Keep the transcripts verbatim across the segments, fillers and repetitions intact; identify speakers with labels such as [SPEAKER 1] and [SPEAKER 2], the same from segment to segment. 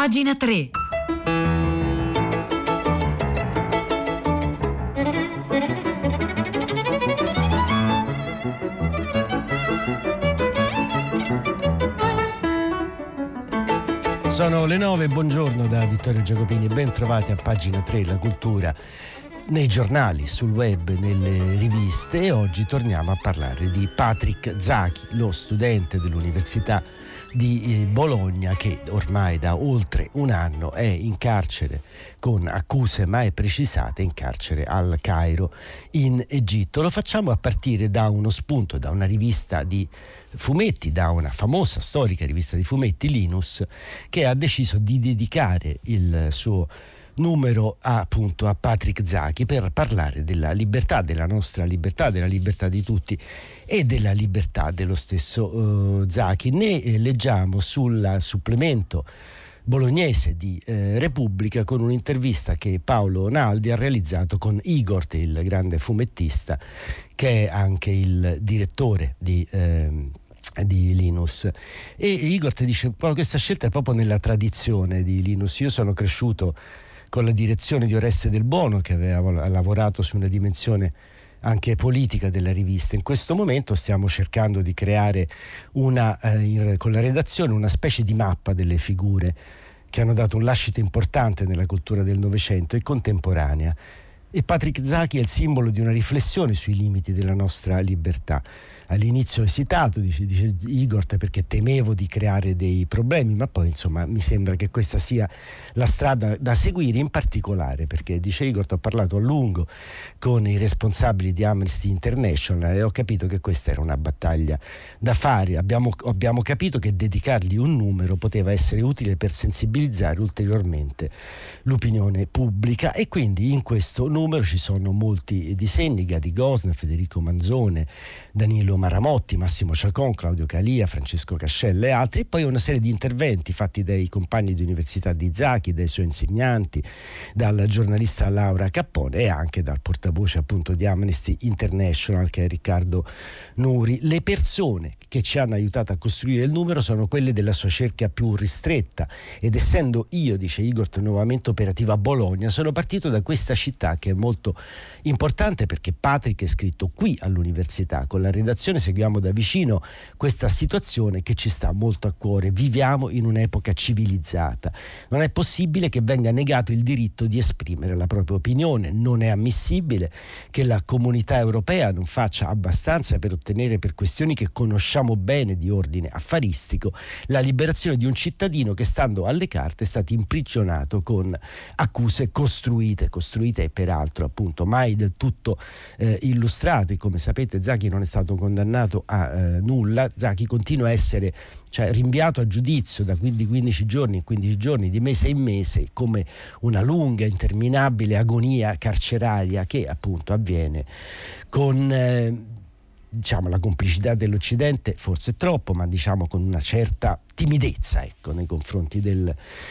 [SPEAKER 1] Pagina tre.
[SPEAKER 2] Sono le nove, buongiorno da Vittorio Giacopini, ben trovati a Pagina tre, la cultura nei giornali, sul web, nelle riviste, e oggi torniamo a parlare di Patrick Zaki, lo studente dell'Università di Bologna che ormai da oltre un anno è in carcere con accuse mai precisate, in carcere al Cairo in Egitto. Lo facciamo a partire da uno spunto, da una rivista di fumetti, da una famosa storica rivista di fumetti, Linus, che ha deciso di dedicare il suo numero a, appunto a Patrick Zaki per parlare della libertà, della nostra libertà, della libertà di tutti e della libertà dello stesso uh, Zaki. Ne eh, leggiamo sul supplemento bolognese di eh, Repubblica con un'intervista che Paolo Naldi ha realizzato con Igor, il grande fumettista che è anche il direttore di eh, di Linus. E Igor ti dice proprio questa scelta è proprio nella tradizione di Linus. Io sono cresciuto con la direzione di Oreste Del Bono, che aveva lavorato su una dimensione anche politica della rivista. In questo momento stiamo cercando di creare una eh, in, con la redazione una specie di mappa delle figure che hanno dato un lascito importante nella cultura del Novecento e contemporanea. E Patrick Zaki è il simbolo di una riflessione sui limiti della nostra libertà. All'inizio ho esitato, dice, dice Igor, perché temevo di creare dei problemi, ma poi insomma mi sembra che questa sia la strada da seguire, in particolare perché, dice Igor, ho parlato a lungo con i responsabili di Amnesty International e ho capito che questa era una battaglia da fare. Abbiamo, abbiamo capito che dedicargli un numero poteva essere utile per sensibilizzare ulteriormente l'opinione pubblica, e quindi in questo numero ci sono molti disegni: Gadi Gosner, Federico Manzone, Danilo Maramotti, Massimo Ciacon, Claudio Calia, Francesco Cascella e altri, e poi una serie di interventi fatti dai compagni di università di Zaki, dai suoi insegnanti, dal giornalista Laura Cappone e anche dal portavoce appunto di Amnesty International, che è Riccardo Nuri. Le persone che ci hanno aiutato a costruire il numero sono quelle della sua cerchia più ristretta, ed essendo io, dice Igor, nuovamente operativo a Bologna, sono partito da questa città che è molto importante perché Patrick è scritto qui all'università. Con la redazione seguiamo da vicino questa situazione che ci sta molto a cuore. Viviamo in un'epoca civilizzata. Non è possibile che venga negato il diritto di esprimere la propria opinione. Non è ammissibile che la comunità europea non faccia abbastanza per ottenere, per questioni che conosciamo bene di ordine affaristico, la liberazione di un cittadino che, stando alle carte, è stato imprigionato con accuse costruite, costruite e peraltro appunto mai del tutto eh, illustrate. Come sapete, Zaki non è stato condannato a eh, nulla. Zaki continua a essere, cioè, rinviato a giudizio da quindi quindici giorni in quindici giorni, di mese in mese, come una lunga, interminabile agonia carceraria che appunto avviene con eh, diciamo la complicità dell'Occidente, forse troppo, ma diciamo con una certa timidezza, ecco, nei confronti del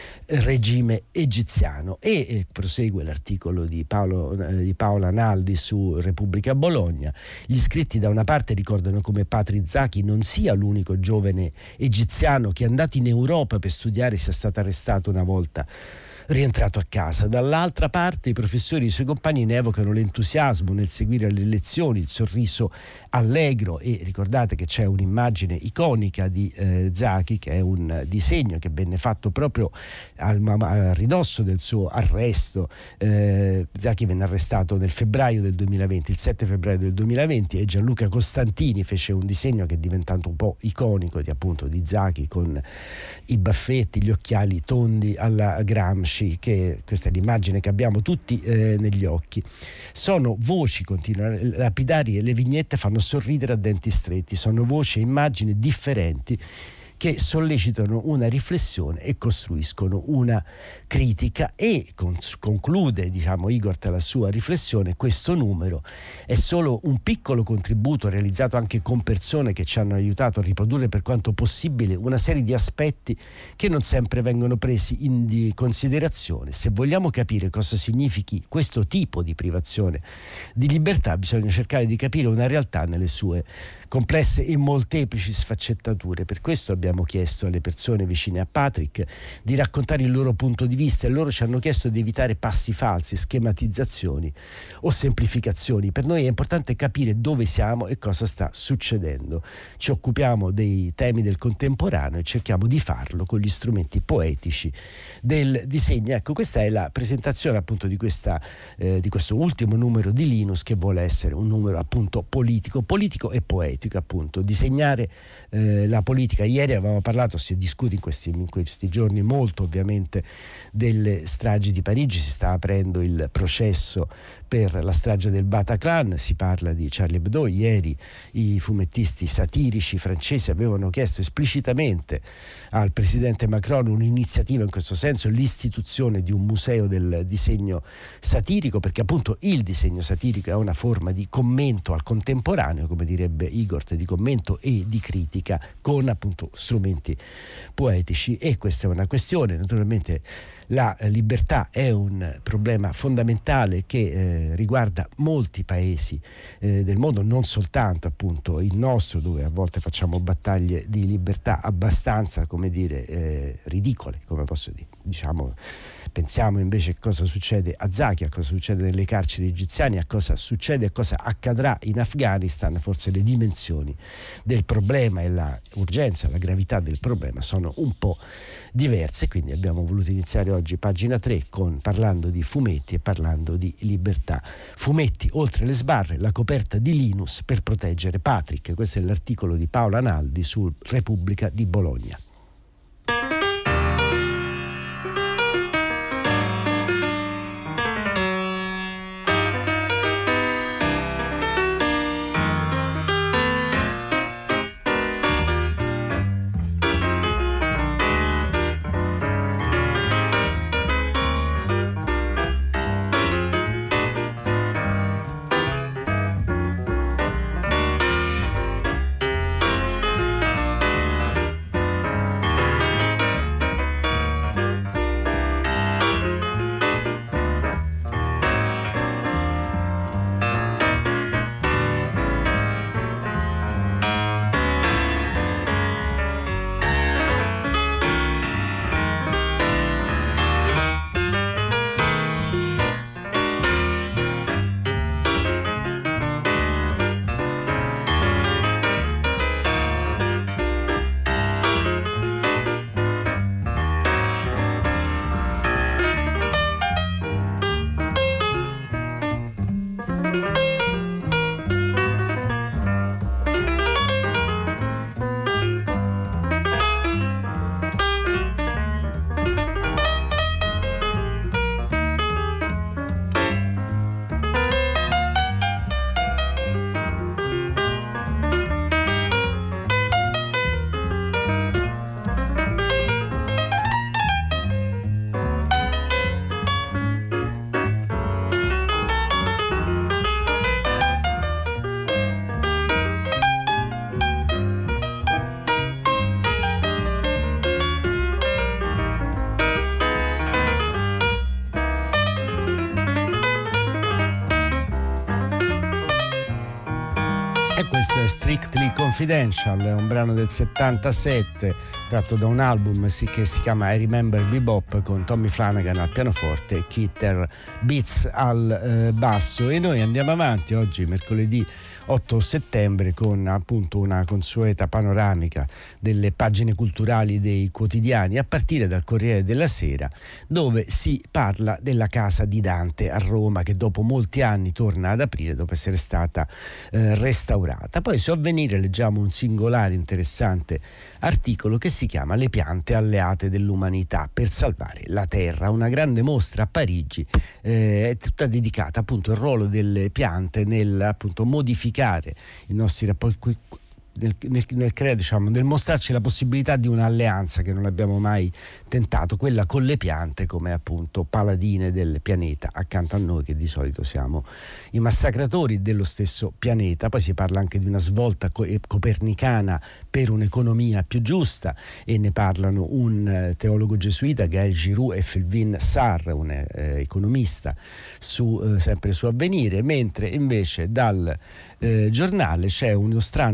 [SPEAKER 2] regime egiziano. E eh, prosegue l'articolo di, Paolo, eh, di Paola Naldi su Repubblica Bologna. Gli iscritti da una parte ricordano come Patrick Zaki non sia l'unico giovane egiziano che, andato in Europa per studiare, sia stato arrestato una volta rientrato a casa. Dall'altra parte i professori e i suoi compagni ne evocano l'entusiasmo nel seguire le lezioni, il sorriso allegro, e ricordate che c'è un'immagine iconica di eh, Zaki, che è un disegno che venne fatto proprio al, al ridosso del suo arresto. eh, Zaki venne arrestato nel febbraio del duemilaventi, il sette febbraio del duemilaventi, e Gianluca Costantini fece un disegno che è diventato un po' iconico di appunto di Zaki, con i baffetti, gli occhiali tondi alla Gramsci, che questa è l'immagine che abbiamo tutti eh, negli occhi. Sono voci, continuano lapidarie, le vignette fanno sorridere a denti stretti, sono voci e immagini differenti che sollecitano una riflessione e costruiscono una critica. E con, conclude diciamo Igor la sua riflessione: questo numero è solo un piccolo contributo realizzato anche con persone che ci hanno aiutato a riprodurre per quanto possibile una serie di aspetti che non sempre vengono presi in di considerazione. Se vogliamo capire cosa significhi questo tipo di privazione di libertà, bisogna cercare di capire una realtà nelle sue complesse e molteplici sfaccettature. Per questo abbiamo abbiamo chiesto alle persone vicine a Patrick di raccontare il loro punto di vista e loro ci hanno chiesto di evitare passi falsi, schematizzazioni o semplificazioni. Per noi è importante capire dove siamo e cosa sta succedendo. Ci occupiamo dei temi del contemporaneo e cerchiamo di farlo con gli strumenti poetici del disegno. Ecco, questa è la presentazione appunto di, questa, eh, di questo ultimo numero di Linus, che vuole essere un numero appunto politico, politico e poetico, appunto disegnare eh, la politica. Ieri avevamo parlato, si discute in questi, in questi giorni molto ovviamente delle stragi di Parigi, si sta aprendo il processo per la strage del Bataclan, si parla di Charlie Hebdo. Ieri i fumettisti satirici francesi avevano chiesto esplicitamente al presidente Macron un'iniziativa in questo senso, l'istituzione di un museo del disegno satirico, perché appunto il disegno satirico è una forma di commento al contemporaneo, come direbbe Igor, di commento e di critica con appunto strumenti poetici. E questa è una questione, naturalmente la libertà è un problema fondamentale che eh, riguarda molti paesi eh, del mondo, non soltanto appunto il nostro, dove a volte facciamo battaglie di libertà abbastanza, come dire, eh, ridicole, come posso dire. Diciamo, pensiamo invece a cosa succede a Zaki, a cosa succede nelle carceri egiziane, a cosa succede, a cosa accadrà in Afghanistan. Forse le dimensioni del problema e la urgenza, la gravità del problema sono un po' diverse, quindi abbiamo voluto iniziare oggi pagina tre con parlando di fumetti e parlando di libertà. Fumetti oltre le sbarre, la coperta di Linus per proteggere Patrick. Questo è l'articolo di Paola Naldi su Repubblica di Bologna. E questo è Strictly Confidential, è un brano del settantasette tratto da un album che si chiama I Remember Bebop, con Tommy Flanagan al pianoforte e Keith Beats al eh, basso. E noi andiamo avanti oggi, mercoledì otto settembre, con appunto una consueta panoramica delle pagine culturali dei quotidiani, a partire dal Corriere della Sera, dove si parla della casa di Dante a Roma, che dopo molti anni torna ad aprire dopo essere stata eh, restaurata. Poi su Avvenire leggiamo un singolare interessante articolo che si chiama Le piante alleate dell'umanità per salvare la terra, una grande mostra a Parigi, eh, è tutta dedicata appunto al ruolo delle piante nel appunto modificare i nostri rapporti, nel, nel, nel creare, diciamo, nel mostrarci la possibilità di un'alleanza che non abbiamo mai tentato, quella con le piante come appunto paladine del pianeta, accanto a noi che di solito siamo i massacratori dello stesso pianeta. Poi si parla anche di una svolta co- copernicana per un'economia più giusta, e ne parlano un eh, teologo gesuita, Gaël Giroux, e Felvin Sarr, un eh, economista, su, eh, sempre su Avvenire, mentre invece dal eh, giornale c'è uno strano articolo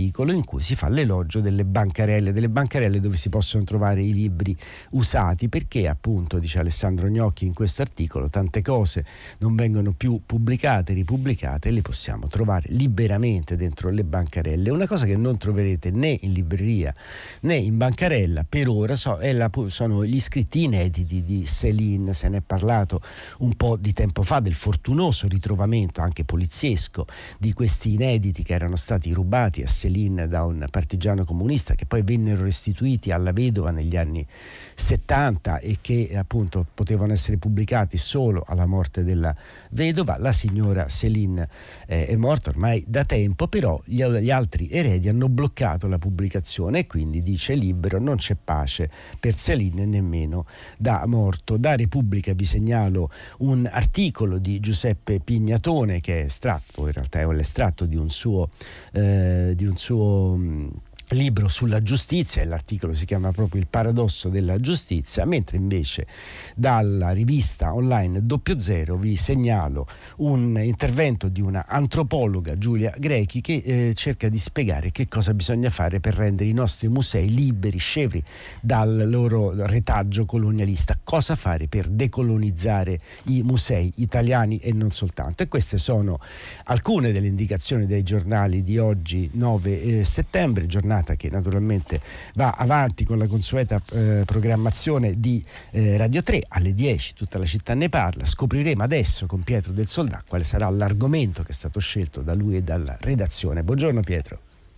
[SPEAKER 2] articolo in cui si fa l'elogio delle bancarelle, delle bancarelle dove si possono trovare i libri usati, perché appunto, dice Alessandro Gnocchi in questo articolo, tante cose non vengono più pubblicate, ripubblicate, e le possiamo trovare liberamente dentro le bancarelle. Una cosa che non troverete né in libreria né in bancarella per ora so, è la, sono gli scritti inediti di Céline. Se ne è parlato un po' di tempo fa del fortunoso ritrovamento anche poliziesco di questi inediti che erano stati rubati a Céline da un partigiano comunista, che poi vennero restituiti alla vedova negli anni settanta e che appunto potevano essere pubblicati solo alla morte della vedova. La signora Céline eh, è morta ormai da tempo, però gli, gli altri eredi hanno bloccato la pubblicazione e quindi, dice Libero, non c'è pace per Céline nemmeno da morto. Da Repubblica vi segnalo un articolo di Giuseppe Pignatone che è estratto, in realtà è l'estratto di un suo eh, di un suo mh, libro sulla giustizia, e l'articolo si chiama proprio Il paradosso della giustizia, mentre invece dalla rivista online Doppio Zero vi segnalo un intervento di una antropologa, Giulia Grechi, che eh, cerca di spiegare che cosa bisogna fare per rendere i nostri musei liberi, scevri dal loro retaggio colonialista, cosa fare per decolonizzare i musei italiani e non soltanto. E queste sono alcune delle indicazioni dei giornali di oggi, nove settembre, giornata che naturalmente va avanti con la consueta eh, programmazione di eh, Radio tre. Alle dieci Tutta la città ne parla. Scopriremo adesso con Pietro del Soldà quale sarà l'argomento che è stato scelto da lui e dalla redazione. Buongiorno Pietro.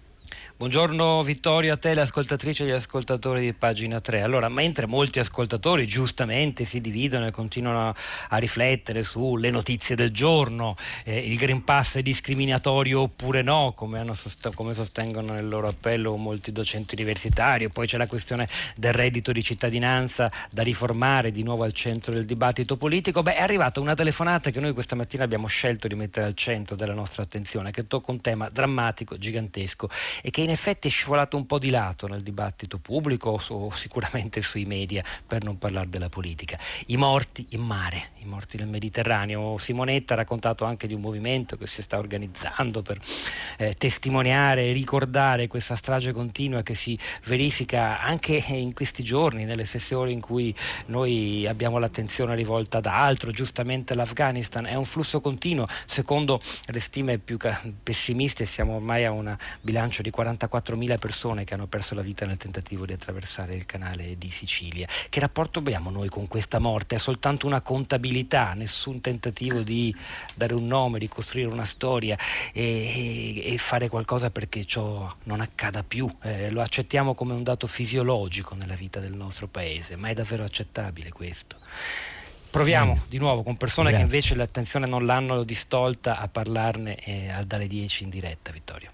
[SPEAKER 1] Buongiorno Vittorio, a te, le ascoltatrici e gli ascoltatori di Pagina tre. Allora, mentre molti ascoltatori giustamente si dividono e continuano a riflettere sulle notizie del giorno, eh, il Green Pass è discriminatorio oppure no, come, hanno sost- come sostengono nel loro appello molti docenti universitari, poi c'è la questione del reddito di cittadinanza da riformare, di nuovo al centro del dibattito politico, beh, è arrivata una telefonata che noi questa mattina abbiamo scelto di mettere al centro della nostra attenzione, che tocca un tema drammatico, gigantesco, e che in effetti è scivolato un po' di lato nel dibattito pubblico o sicuramente sui media, per non parlare della politica. I morti in mare, i morti nel Mediterraneo. Simonetta ha raccontato anche di un movimento che si sta organizzando per eh, testimoniare e ricordare questa strage continua che si verifica anche in questi giorni, nelle stesse ore in cui noi abbiamo l'attenzione rivolta da altro, giustamente l'Afghanistan. È un flusso continuo, secondo le stime più pessimiste siamo ormai a un bilancio di quarantaquattromila persone che hanno perso la vita nel tentativo di attraversare il canale di Sicilia. Che rapporto abbiamo noi con questa morte? È soltanto una contabilità, nessun tentativo di dare un nome, di costruire una storia e, e fare qualcosa perché ciò non accada più. Eh, lo accettiamo come un dato fisiologico nella vita del nostro paese, ma è davvero accettabile questo? Proviamo Bene. di nuovo con persone Grazie. che invece l'attenzione non l'hanno distolta a parlarne eh, dalle dieci in diretta, Vittorio.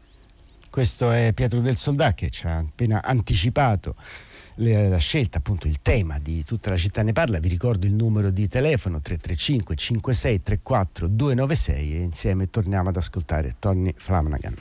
[SPEAKER 2] Questo è Pietro del Soldà che ci ha appena anticipato la scelta, appunto il tema di Tutta la città ne parla. Vi ricordo il numero di telefono tre tre cinque cinque sei tre quattro due nove sei e insieme torniamo ad ascoltare Tony Flanagan.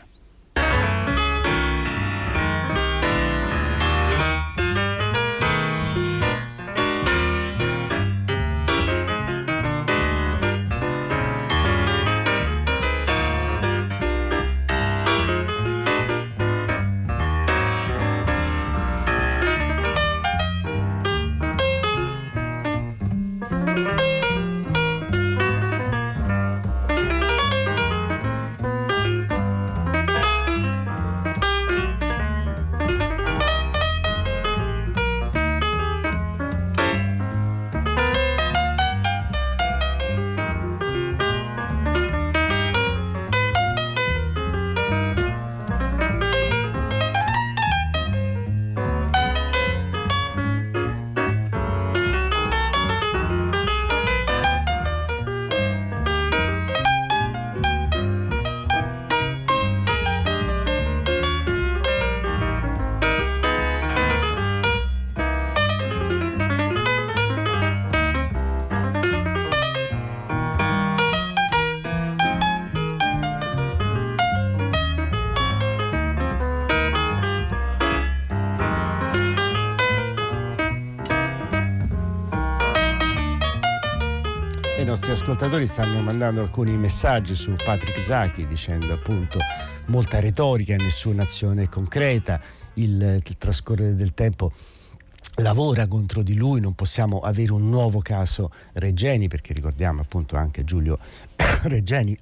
[SPEAKER 2] i nostri ascoltatori stanno mandando alcuni messaggi su Patrick Zaki dicendo appunto molta retorica e nessuna azione concreta, il, il trascorrere del tempo lavora contro di lui, non possiamo avere un nuovo caso Regeni, perché ricordiamo appunto anche Giulio Regeni,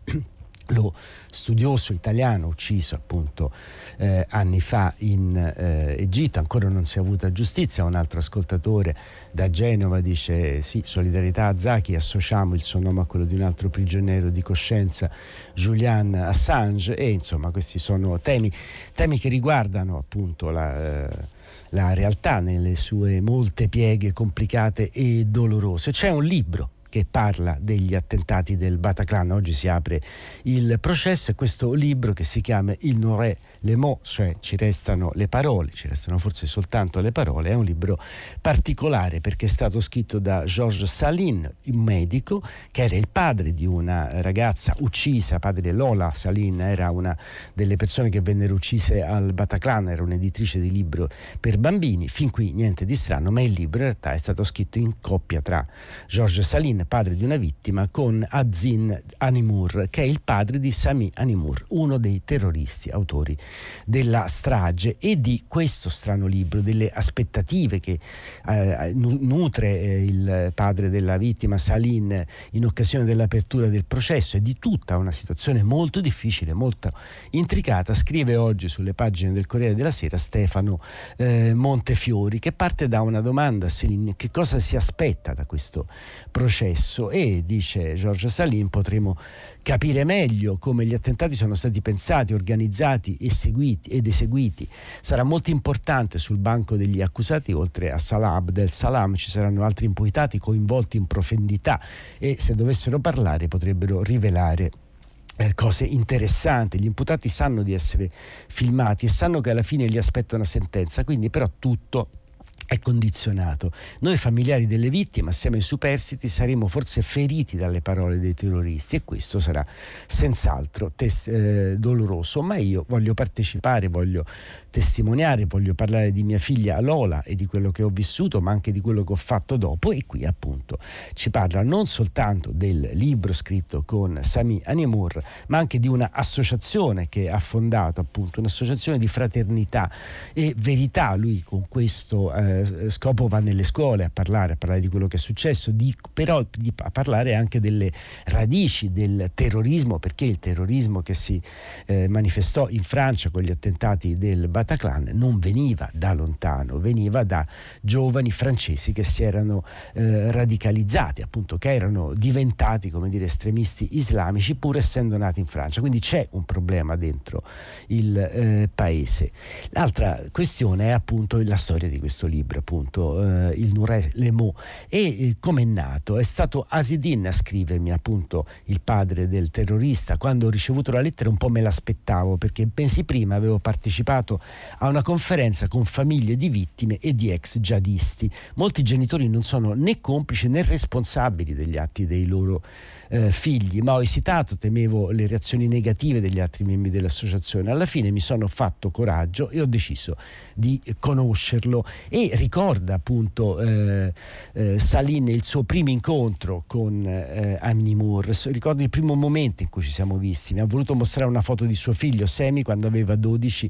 [SPEAKER 2] lo studioso italiano ucciso appunto eh, anni fa in eh, Egitto. Ancora non si è avuta giustizia. Un altro ascoltatore da Genova dice sì, solidarietà a Zaki, associamo il suo nome a quello di un altro prigioniero di coscienza, Julian Assange. E insomma questi sono temi, temi che riguardano appunto la... Eh, la realtà nelle sue molte pieghe complicate e dolorose. C'è un libro che parla degli attentati del Bataclan, oggi si apre il processo, e questo libro, che si chiama Il Nouré Le Mots, cioè ci restano le parole, ci restano forse soltanto le parole, è un libro particolare perché è stato scritto da Georges Salin, un medico che era il padre di una ragazza uccisa, padre Lola Salin, era una delle persone che vennero uccise al Bataclan, era un'editrice di libro per bambini. Fin qui niente di strano, ma il libro in realtà è stato scritto in coppia tra Georges Salin, padre di una vittima, con Azin Hanimour, che è il padre di Sami Hanimour, uno dei terroristi autori della strage. E di questo strano libro, delle aspettative che eh, nutre eh, il padre della vittima Salin in occasione dell'apertura del processo, e di tutta una situazione molto difficile, molto intricata, scrive oggi sulle pagine del Corriere della Sera Stefano eh, Montefiori, che parte da una domanda: Salin, che cosa si aspetta da questo processo? E dice Georges Salin, potremo capire meglio come gli attentati sono stati pensati, organizzati eseguiti, ed eseguiti. Sarà molto importante sul banco degli accusati, oltre a Salah Abdel Salam ci saranno altri imputati coinvolti in profondità, e se dovessero parlare potrebbero rivelare Eh, cose interessanti. Gli imputati sanno di essere filmati e sanno che alla fine li aspetta una sentenza, quindi però tutto è condizionato. Noi familiari delle vittime, assieme ai superstiti, saremo forse feriti dalle parole dei terroristi, e questo sarà senz'altro tes- eh, doloroso, ma io voglio partecipare, voglio testimoniare, voglio parlare di mia figlia Lola e di quello che ho vissuto, ma anche di quello che ho fatto dopo. E qui appunto ci parla non soltanto del libro scritto con Sami Hanimour, ma anche di una associazione che ha fondato, appunto un'associazione di fraternità e verità. Lui con questo eh, scopo va nelle scuole a parlare, a parlare di quello che è successo, di, però di, a parlare anche delle radici del terrorismo, perché il terrorismo che si eh, manifestò in Francia con gli attentati del Bataclan non veniva da lontano, veniva da giovani francesi che si erano eh, radicalizzati, appunto, che erano diventati, come dire, estremisti islamici pur essendo nati in Francia. Quindi c'è un problema dentro il eh, paese. L'altra questione è appunto la storia di questo libro, appunto eh, Il Nouré Le Mots, e eh, come è nato. È stato Azzedine a scrivermi, appunto il padre del terrorista. Quando ho ricevuto la lettera un po' me l'aspettavo, perché mesi prima avevo partecipato a una conferenza con famiglie di vittime e di ex jihadisti. Molti genitori non sono né complici né responsabili degli atti dei loro eh, figli, ma ho esitato, temevo le reazioni negative degli altri membri dell'associazione. Alla fine mi sono fatto coraggio e ho deciso di conoscerlo. E ricorda appunto eh, eh, Salin il suo primo incontro con eh, Hanimour, ricordo il primo momento in cui ci siamo visti. Mi ha voluto mostrare una foto di suo figlio Semi quando aveva dodici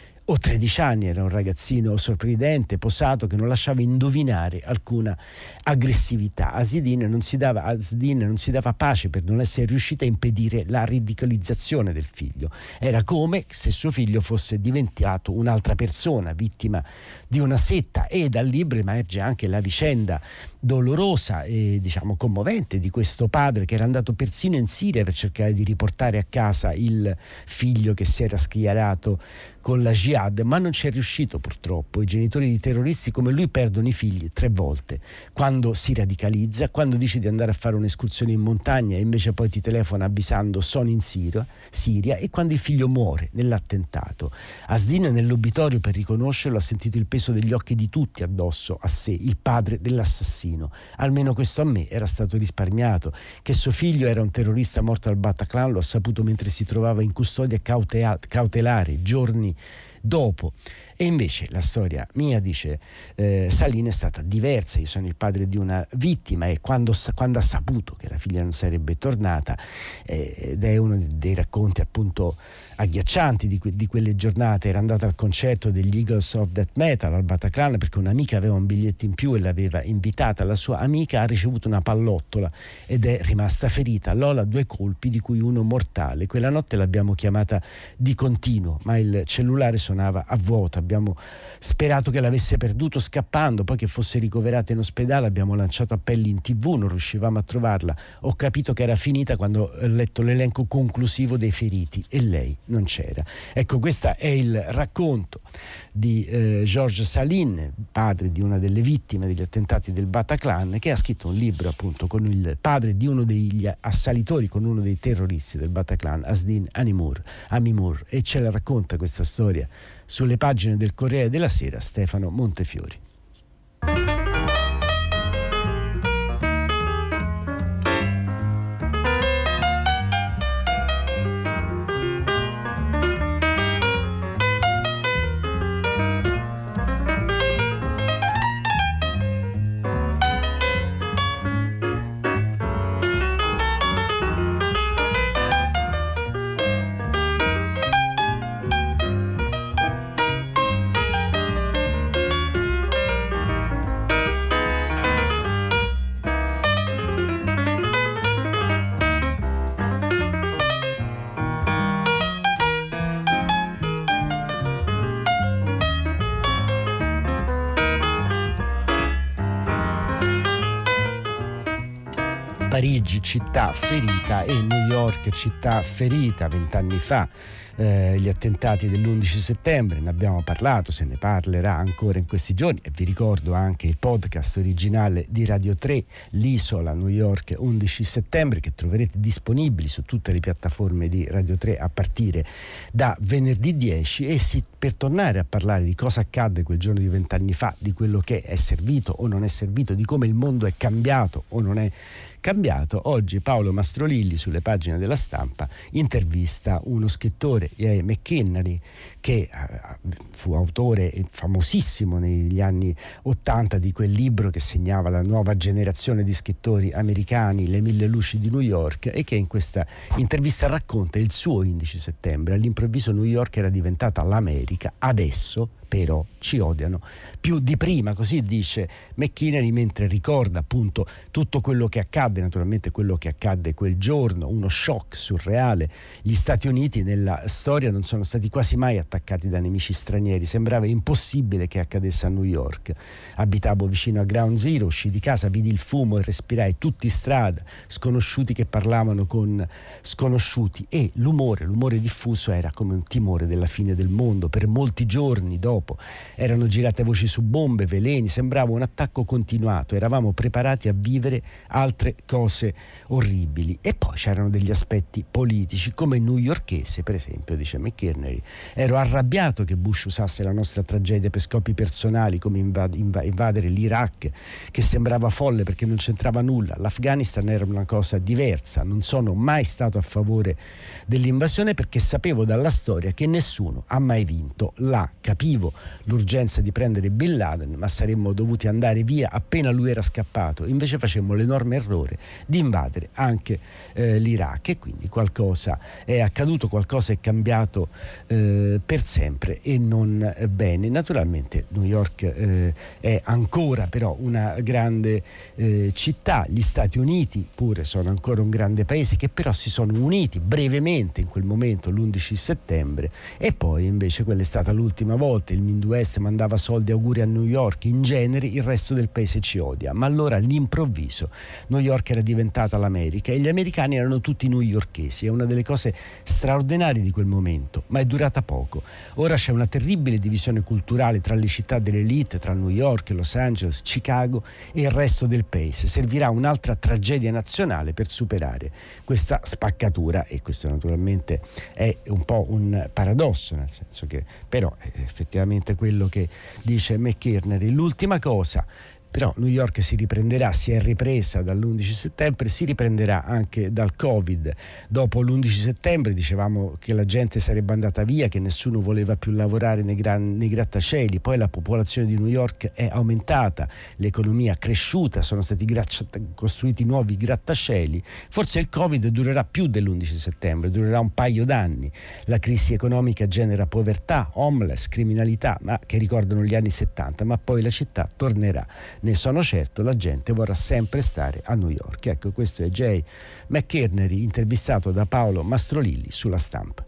[SPEAKER 2] o tredici anni, era un ragazzino sorridente, posato, che non lasciava indovinare alcuna aggressività. Azzedine non si dava, Azzedine non si dava pace per non essere riuscita a impedire la radicalizzazione del figlio. Era come se suo figlio fosse diventato un'altra persona, vittima di una setta. E dal libro emerge anche la vicenda dolorosa e diciamo commovente di questo padre che era andato persino in Siria per cercare di riportare a casa il figlio che si era schierato con la jihad, ma non ci è riuscito purtroppo. I genitori di terroristi come lui perdono i figli tre volte: quando si radicalizza, quando dice di andare a fare un'escursione in montagna e invece poi ti telefona avvisando sono in Siria, Siria e quando il figlio muore nell'attentato. Azzedine nell'obitorio, per riconoscerlo, ha sentito il peso degli occhi di tutti addosso a sé, il padre dell'assassino. Almeno questo a me era stato risparmiato. Che suo figlio era un terrorista morto al Bataclan lo ha saputo mentre si trovava in custodia cautelare giorni dopo. E invece la storia mia, dice eh, Salin, è stata diversa. Io sono il padre di una vittima e quando, quando ha saputo che la figlia non sarebbe tornata, eh, ed è uno dei racconti appunto agghiaccianti di, que- di quelle giornate, era andata al concerto degli Eagles of Death Metal al Bataclan perché un'amica aveva un biglietto in più e l'aveva invitata. La sua amica ha ricevuto una pallottola ed è rimasta ferita. Lola due colpi, di cui uno mortale. Quella notte l'abbiamo chiamata di continuo, ma il cellulare suonava a vuoto. Abbiamo sperato che l'avesse perduto scappando, poi che fosse ricoverata in ospedale. Abbiamo lanciato appelli in tv, non riuscivamo a trovarla. Ho capito che era finita quando ho letto l'elenco conclusivo dei feriti e lei non c'era. Ecco, questo è il racconto di eh, Georges Salin, padre di una delle vittime degli attentati del Bataclan, che ha scritto un libro appunto con il padre di uno degli assalitori, con uno dei terroristi del Bataclan, Asdin Amimour, Amimour, e ce la racconta questa storia sulle pagine del Corriere della Sera Stefano Montefiori. Parigi città ferita e New York città ferita. Vent'anni fa eh, gli attentati dell'undici settembre, ne abbiamo parlato, se ne parlerà ancora in questi giorni, e vi ricordo anche il podcast originale di Radio tre, L'isola New York undici settembre, che troverete disponibili su tutte le piattaforme di Radio tre a partire da venerdì dieci. E si, per tornare a parlare di cosa accadde quel giorno di vent'anni fa, di quello che è servito o non è servito, di come il mondo è cambiato o non è cambiato, oggi Paolo Mastrolilli sulle pagine della Stampa intervista uno scrittore, Ian McInerney, che fu autore famosissimo negli anni ottanta di quel libro che segnava la nuova generazione di scrittori americani, Le mille luci di New York, e che in questa intervista racconta il suo undici settembre. All'improvviso New York era diventata l'America, adesso però ci odiano più di prima, così dice McInerney, mentre ricorda appunto tutto quello che accadde, naturalmente quello che accadde quel giorno, uno shock surreale. Gli Stati Uniti nella storia non sono stati quasi mai attaccati da nemici stranieri, sembrava impossibile che accadesse a New York. Abitavo vicino a Ground Zero, uscii di casa, vidi il fumo e respirai tutti in strada, sconosciuti che parlavano con sconosciuti, e l'umore, l'umore diffuso era come un timore della fine del mondo. Per molti giorni dopo erano girate voci su bombe, veleni, sembrava un attacco continuato, eravamo preparati a vivere altre cose orribili. E poi c'erano degli aspetti politici, come newyorkese per esempio, dice McInerney, ero arrabbiato che Bush usasse la nostra tragedia per scopi personali, come invad- inv- invadere l'Iraq, che sembrava folle perché non c'entrava nulla. L'Afghanistan era una cosa diversa, non sono mai stato a favore dell'invasione perché sapevo dalla storia che nessuno ha mai vinto là, capivo l'urgenza di prendere Bin Laden, ma saremmo dovuti andare via appena lui era scappato. Invece facemmo l'enorme errore di invadere anche eh, l'Iraq, e quindi qualcosa è accaduto, qualcosa è cambiato eh, per sempre e non bene. Naturalmente New York eh, è ancora però una grande eh, città, gli Stati Uniti pure sono ancora un grande paese, che però si sono uniti brevemente in quel momento, l'undici settembre, e poi invece quella è stata l'ultima volta. Il Midwest mandava soldi, auguri a New York, in genere il resto del paese ci odia, ma allora all'improvviso New York era diventata l'America e gli americani erano tutti newyorkesi. È una delle cose straordinarie di quel momento, ma è durata poco. Ora c'è una terribile divisione culturale tra le città dell'elite, tra New York, Los Angeles, Chicago e il resto del paese. Servirà un'altra tragedia nazionale per superare questa spaccatura, e questo naturalmente è un po' un paradosso, nel senso che però è effettivamente quello che dice McInerney. L'ultima cosa Però New York si riprenderà, si è ripresa dall'undici settembre, si riprenderà anche dal Covid. Dopo l'undici settembre dicevamo che la gente sarebbe andata via, che nessuno voleva più lavorare nei, gran, nei grattacieli, poi la popolazione di New York è aumentata, l'economia è cresciuta, sono stati gra- costruiti nuovi grattacieli. Forse il Covid durerà più dell'undici settembre, durerà un paio d'anni. La crisi economica genera povertà, homeless, criminalità, ma che ricordano gli anni settanta, ma poi la città tornerà. Ne sono certo, la gente vorrà sempre stare a New York. Ecco, questo è Jay McInerney, intervistato da Paolo Mastrolilli sulla Stampa.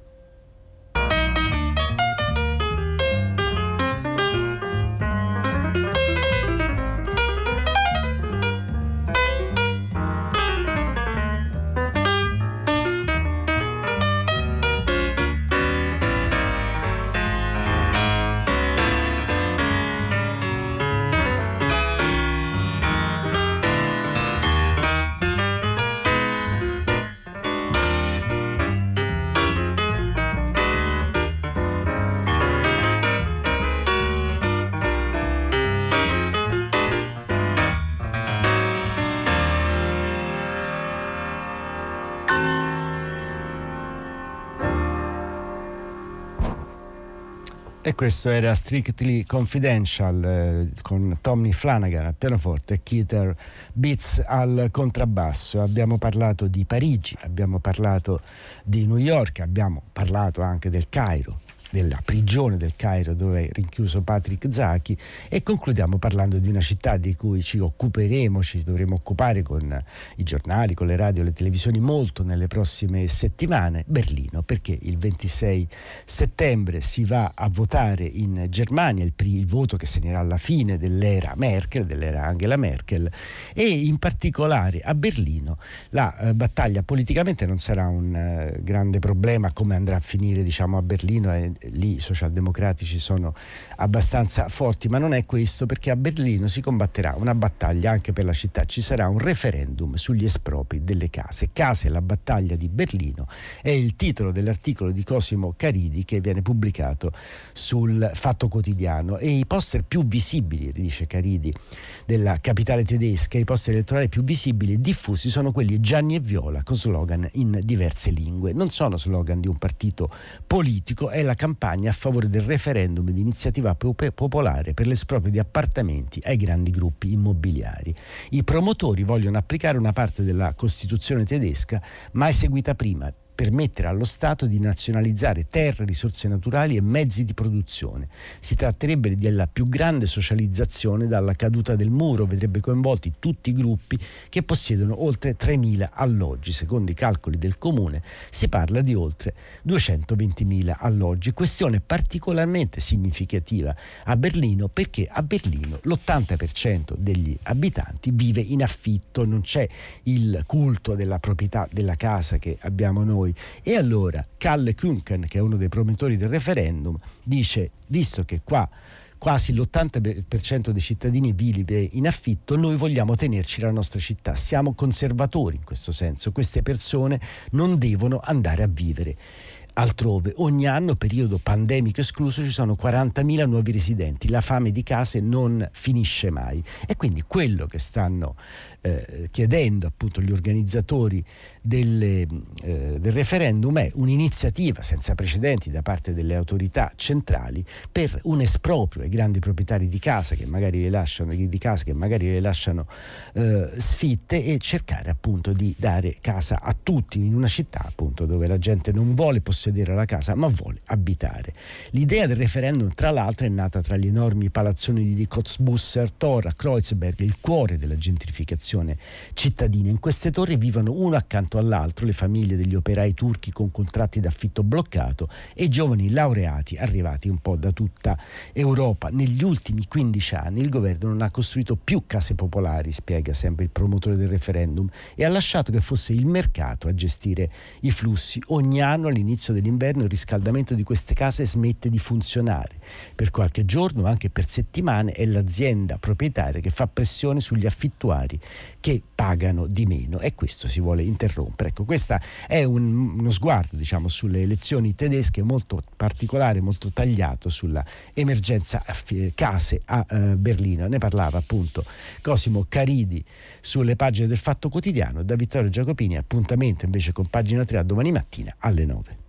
[SPEAKER 2] E questo era Strictly Confidential eh, con Tommy Flanagan al pianoforte e Keith Beats al contrabbasso. Abbiamo parlato di Parigi, abbiamo parlato di New York, abbiamo parlato anche del Cairo, della prigione del Cairo dove è rinchiuso Patrick Zaki, e concludiamo parlando di una città di cui ci occuperemo, ci dovremo occupare con i giornali, con le radio, le televisioni molto nelle prossime settimane, Berlino, perché il ventisei settembre si va a votare in Germania, il, il voto che segnerà la fine dell'era Merkel, dell'era Angela Merkel, e in particolare a Berlino la eh, battaglia politicamente non sarà un eh, grande problema come andrà a finire, diciamo, a Berlino, e lì i socialdemocratici sono abbastanza forti, ma non è questo, perché a Berlino si combatterà una battaglia anche per la città, ci sarà un referendum sugli espropri delle case. Case, la battaglia di Berlino è il titolo dell'articolo di Cosimo Caridi che viene pubblicato sul Fatto Quotidiano, e i poster più visibili, dice Caridi, della capitale tedesca, i poster elettorali più visibili e diffusi sono quelli gialli e viola con slogan in diverse lingue. Non sono slogan di un partito politico, è la campagna a favore del referendum di iniziativa popolare per l'esproprio di appartamenti ai grandi gruppi immobiliari. I promotori vogliono applicare una parte della Costituzione tedesca mai seguita prima, permettere allo Stato di nazionalizzare terre, risorse naturali e mezzi di produzione. Si tratterebbe della più grande socializzazione dalla caduta del muro, vedrebbe coinvolti tutti i gruppi che possiedono oltre tremila alloggi. Secondo i calcoli del comune si parla di oltre duecentoventimila alloggi, questione particolarmente significativa a Berlino, perché a Berlino l'ottanta per cento degli abitanti vive in affitto, non c'è il culto della proprietà della casa che abbiamo noi. E allora Kalle Kuhnken, che è uno dei promotori del referendum, dice: visto che qua quasi l'ottanta per cento dei cittadini vive in affitto, noi vogliamo tenerci la nostra città, siamo conservatori in questo senso, queste persone non devono andare a vivere altrove. Ogni anno, periodo pandemico escluso, ci sono quarantamila nuovi residenti, la fame di case non finisce mai, e quindi quello che stanno eh, chiedendo appunto gli organizzatori delle, eh, del referendum è un'iniziativa senza precedenti da parte delle autorità centrali per un esproprio ai grandi proprietari di casa che magari le lasciano di case che magari le lasciano eh, sfitte, e cercare appunto di dare casa a tutti in una città appunto dove la gente non vuole possedere la casa ma vuole abitare. L'idea del referendum, tra l'altro, è nata tra gli enormi palazzoni di Kotzbusser, Tor, Kreuzberg, il cuore della gentrificazione cittadina. In queste torri vivono uno accanto all'altro le famiglie degli operai turchi con contratti d'affitto bloccato e giovani laureati arrivati un po' da tutta Europa. Negli ultimi quindici anni il governo non ha costruito più case popolari, spiega sempre il promotore del referendum, e ha lasciato che fosse il mercato a gestire i flussi. Ogni anno all'inizio dell'inverno il riscaldamento di queste case smette di funzionare per qualche giorno, anche per settimane. È l'azienda proprietaria che fa pressione sugli affittuari che pagano di meno, e questo si vuole interrompere. Ecco, questo è un, uno sguardo, diciamo, sulle elezioni tedesche molto particolare, molto tagliato sulla emergenza case a uh, Berlino. Ne parlava appunto Cosimo Caridi sulle pagine del Fatto Quotidiano. Da Vittorio Giacopini, appuntamento invece con Pagina tre a domani mattina alle nove.